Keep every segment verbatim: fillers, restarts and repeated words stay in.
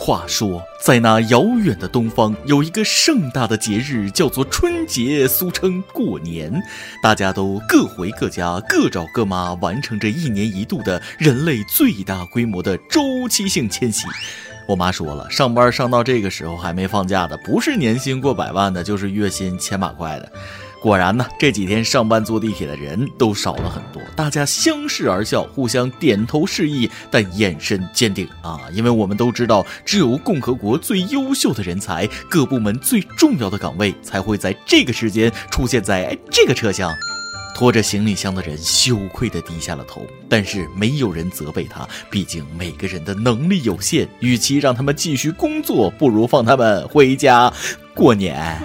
话说，在那遥远的东方，有一个盛大的节日，叫做春节，俗称过年。大家都各回各家，各找各妈，完成着一年一度的人类最大规模的周期性迁徙。我妈说了，上班上到这个时候还没放假的，不是年薪过百万的，就是月薪千把块的。果然呢，这几天上班坐地铁的人都少了很多，大家相视而笑，互相点头示意，但眼神坚定啊！因为我们都知道，只有共和国最优秀的人才，各部门最重要的岗位，才会在这个时间出现在这个车厢。拖着行李箱的人羞愧地低下了头，但是没有人责备他，毕竟每个人的能力有限，与其让他们继续工作，不如放他们回家过年。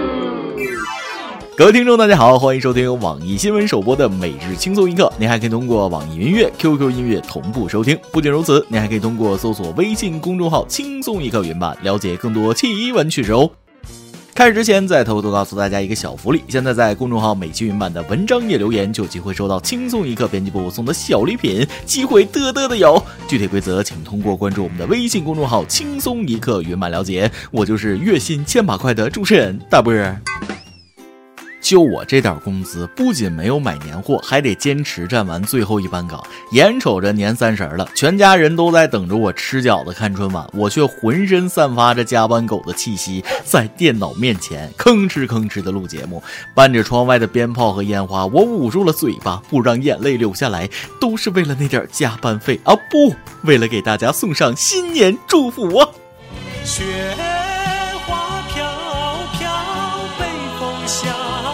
各位听众大家好，欢迎收听由网易新闻首播的每日轻松一刻，您还可以通过网易云音乐 Q Q 音乐同步收听。不仅如此，您还可以通过搜索微信公众号轻松一刻云版了解更多奇闻趣事哦。开始之前再偷偷告诉大家一个小福利，现在在公众号每期云版的文章页留言就有机会收到轻松一刻编辑部送的小礼品，机会嘚嘚的有。具体规则请通过关注我们的微信公众号轻松一刻云版了解。我就是月薪千把块的主持人大波儿。就我这点工资，不仅没有买年货，还得坚持站完最后一班岗。眼瞅着年三十了，全家人都在等着我吃饺子看春晚，我却浑身散发着加班狗的气息，在电脑面前吭哧吭哧的录节目。伴着窗外的鞭炮和烟花，我捂住了嘴巴，不让眼泪流下来，都是为了那点加班费啊！不，为了给大家送上新年祝福啊！ 雪花飘飘，北风萧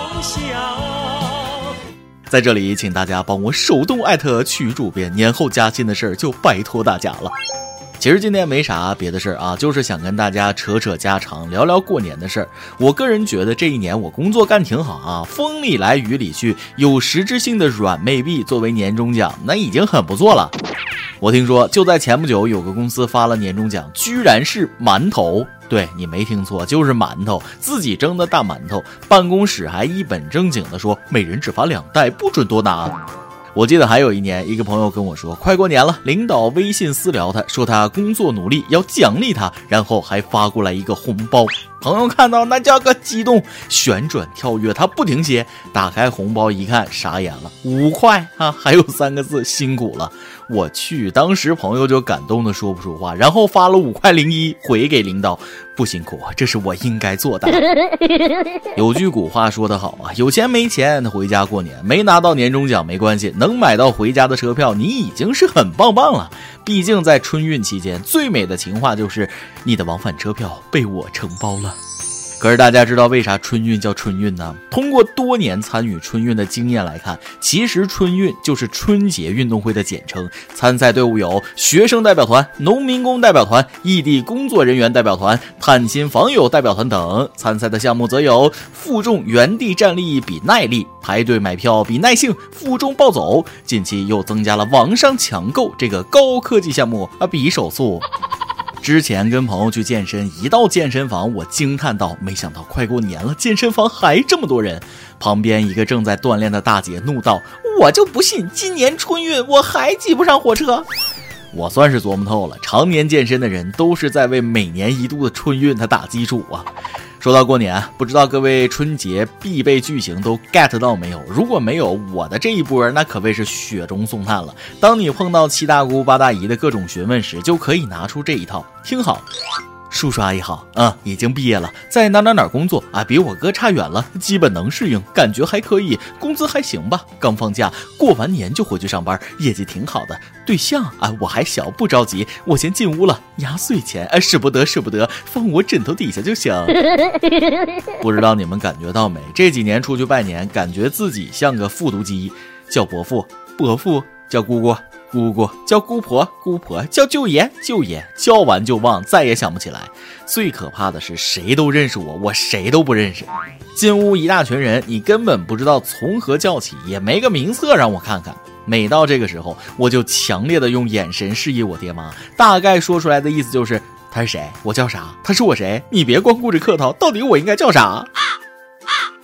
在这里请大家帮我手动艾特曲主编，年后加薪的事儿就拜托大家了。其实今天没啥别的事儿啊，就是想跟大家扯扯家常，聊聊过年的事儿。我个人觉得这一年我工作干挺好啊，风里来雨里去，有实质性的软妹币作为年终奖，那已经很不错了。我听说就在前不久，有个公司发了年终奖，居然是馒头。对，你没听错，就是馒头，自己蒸的大馒头。办公室还一本正经的说，每人只发两袋，不准多拿。我记得还有一年，一个朋友跟我说，快过年了，领导微信私聊他，说他工作努力，要奖励他，然后还发过来一个红包。朋友看到那叫个激动，旋转跳跃，他不停歇，打开红包一看，傻眼了，五块啊，还有三个字，辛苦了。我去，当时朋友就感动的说不出话，然后发了五块零一回给领导，不辛苦，这是我应该做的。有句古话说得好啊，有钱没钱回家过年，没拿到年终奖没关系，能买到回家的车票，你已经是很棒棒了。毕竟在春运期间，最美的情话就是你的往返车票被我承包了。可是大家知道为啥春运叫春运呢？通过多年参与春运的经验来看，其实春运就是春节运动会的简称。参赛队伍有学生代表团、农民工代表团、异地工作人员代表团、探亲访友代表团等。参赛的项目则有负重原地站立比耐力、排队买票比耐性、负重暴走。近期又增加了网上抢购这个高科技项目啊，比手速。之前跟朋友去健身，一到健身房我惊叹道，没想到快过年了，健身房还这么多人。旁边一个正在锻炼的大姐怒道，我就不信今年春运我还挤不上火车。我算是琢磨透了，常年健身的人都是在为每年一度的春运它打基础啊。说到过年，不知道各位春节必备句型都 get 到没有？如果没有，我的这一波那可谓是雪中送炭了。当你碰到七大姑八大姨的各种询问时，就可以拿出这一套。听好，叔叔阿姨好，嗯，已经毕业了，在哪哪哪工作啊，比我哥差远了，基本能适应，感觉还可以，工资还行吧，刚放假，过完年就回去上班，业绩挺好的。对象啊，我还小，不着急，我先进屋了，压岁钱啊，舍不得舍不得，放我枕头底下就行。不知道你们感觉到没？这几年出去拜年，感觉自己像个复读机，叫伯父，伯父叫姑姑。姑姑叫姑婆，姑婆叫舅爷，舅爷叫完就忘，再也想不起来。最可怕的是谁都认识我，我谁都不认识。进屋一大群人，你根本不知道从何叫起，也没个名册让我看看。每到这个时候，我就强烈的用眼神示意我爹妈，大概说出来的意思就是他是谁，我叫啥，他是我谁，你别光顾着客套，到底我应该叫啥。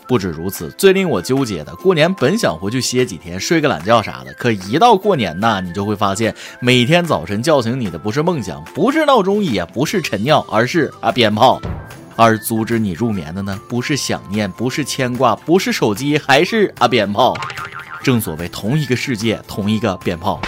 不止如此，最令我纠结的，过年本想回去歇几天，睡个懒觉啥的，可一到过年呐，你就会发现，每天早晨叫醒你的不是梦想，不是闹钟，也不是晨尿，而是啊鞭炮。而阻止你入眠的呢，不是想念，不是牵挂，不是手机，还是啊鞭炮。正所谓同一个世界，同一个鞭炮。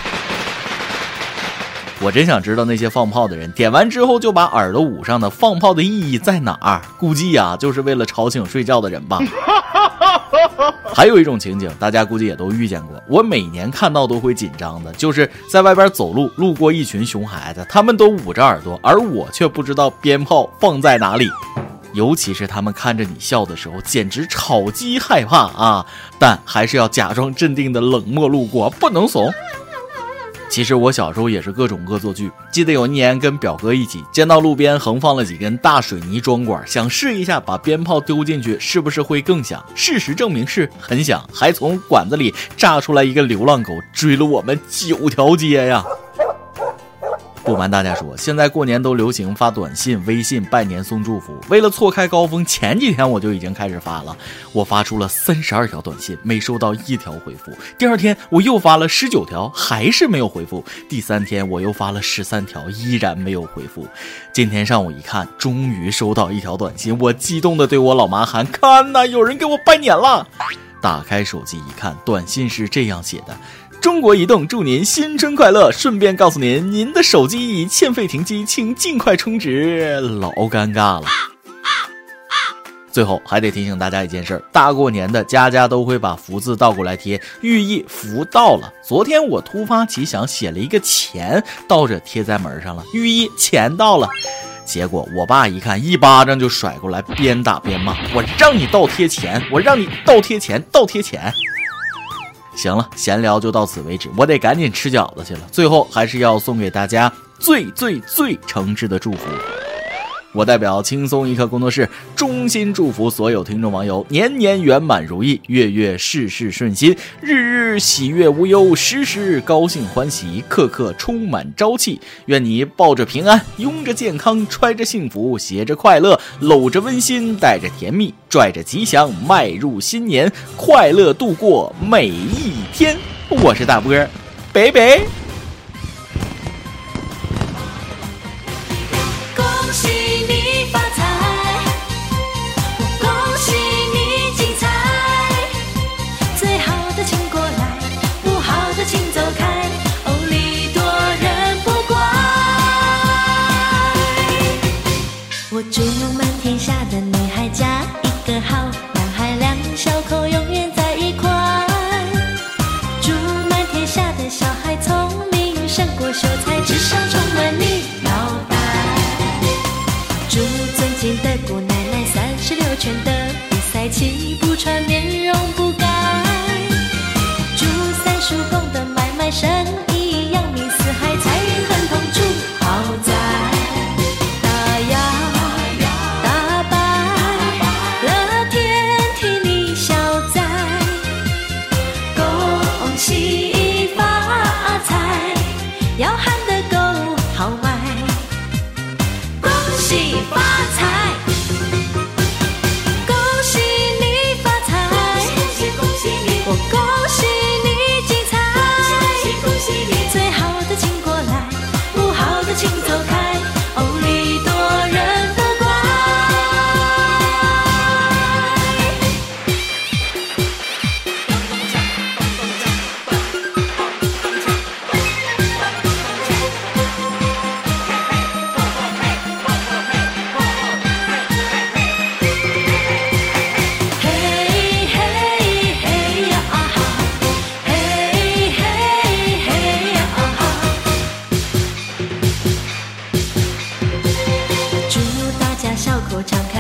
我真想知道那些放炮的人点完之后就把耳朵捂上的放炮的意义在哪儿？估计呀、啊，就是为了吵醒睡觉的人吧。还有一种情景，大家估计也都遇见过，我每年看到都会紧张的，就是在外边走路，路过一群熊孩子，他们都捂着耳朵，而我却不知道鞭炮放在哪里。尤其是他们看着你笑的时候，简直超级害怕啊！但还是要假装镇定的冷漠路过，不能怂。其实我小时候也是各种恶作剧，记得有一年跟表哥一起，见到路边横放了几根大水泥装管，想试一下把鞭炮丢进去是不是会更响。事实证明是很响，还从管子里炸出来一个流浪狗，追了我们九条街呀！不瞒大家说，现在过年都流行发短信、微信拜年送祝福。为了错开高峰，前几天我就已经开始发了，我发出了三十二条短信，没收到一条回复。第二天我又发了十九条，还是没有回复。第三天我又发了十三条，依然没有回复。今天上午一看，终于收到一条短信，我激动地对我老妈喊：看呐，有人给我拜年了！打开手机一看，短信是这样写的：中国移动祝您新春快乐，顺便告诉您，您的手机已欠费停机，请尽快充值。老尴尬了。最后还得提醒大家一件事，大过年的家家都会把福字倒过来贴，寓意福到了。昨天我突发奇想写了一个钱，倒着贴在门上了，寓意钱到了。结果我爸一看，一巴掌就甩过来，边打边骂：我让你倒贴钱，我让你倒贴钱，倒贴钱。行了，闲聊就到此为止，我得赶紧吃饺子去了。最后还是要送给大家最最最诚挚的祝福。我代表轻松一刻工作室衷心祝福所有听众网友年年圆满如意，月月事事顺心，日日喜悦无忧，时时高兴欢喜，刻刻充满朝气。愿你抱着平安，拥着健康，揣着幸福，携着快乐，搂着温馨，带着甜蜜，拽着吉祥，迈入新年，快乐度过每一天。我是大波，拜拜。 恭喜你发财，恭喜你精彩，最好的请过来，不好的请走开，哦，礼多人不怪。我祝满天下的女孩嫁一个好男孩，两小口永远在一块。祝满天下的小孩聪明胜过秀才，智商充满你脑袋。祝尊敬的姑奶奶三十六圈的比赛气不喘，面容不改。祝三叔公的买卖生意扬名四海，财运亨通，祝豪宅。大摇大摆，乐天替你消灾，恭喜发财，要喊得够豪迈。恭喜发财，恭喜你发财，恭喜你，我恭喜你精彩，恭喜你，最好的请过来，不好的请走开，哦，礼多人不怪。笑口常开。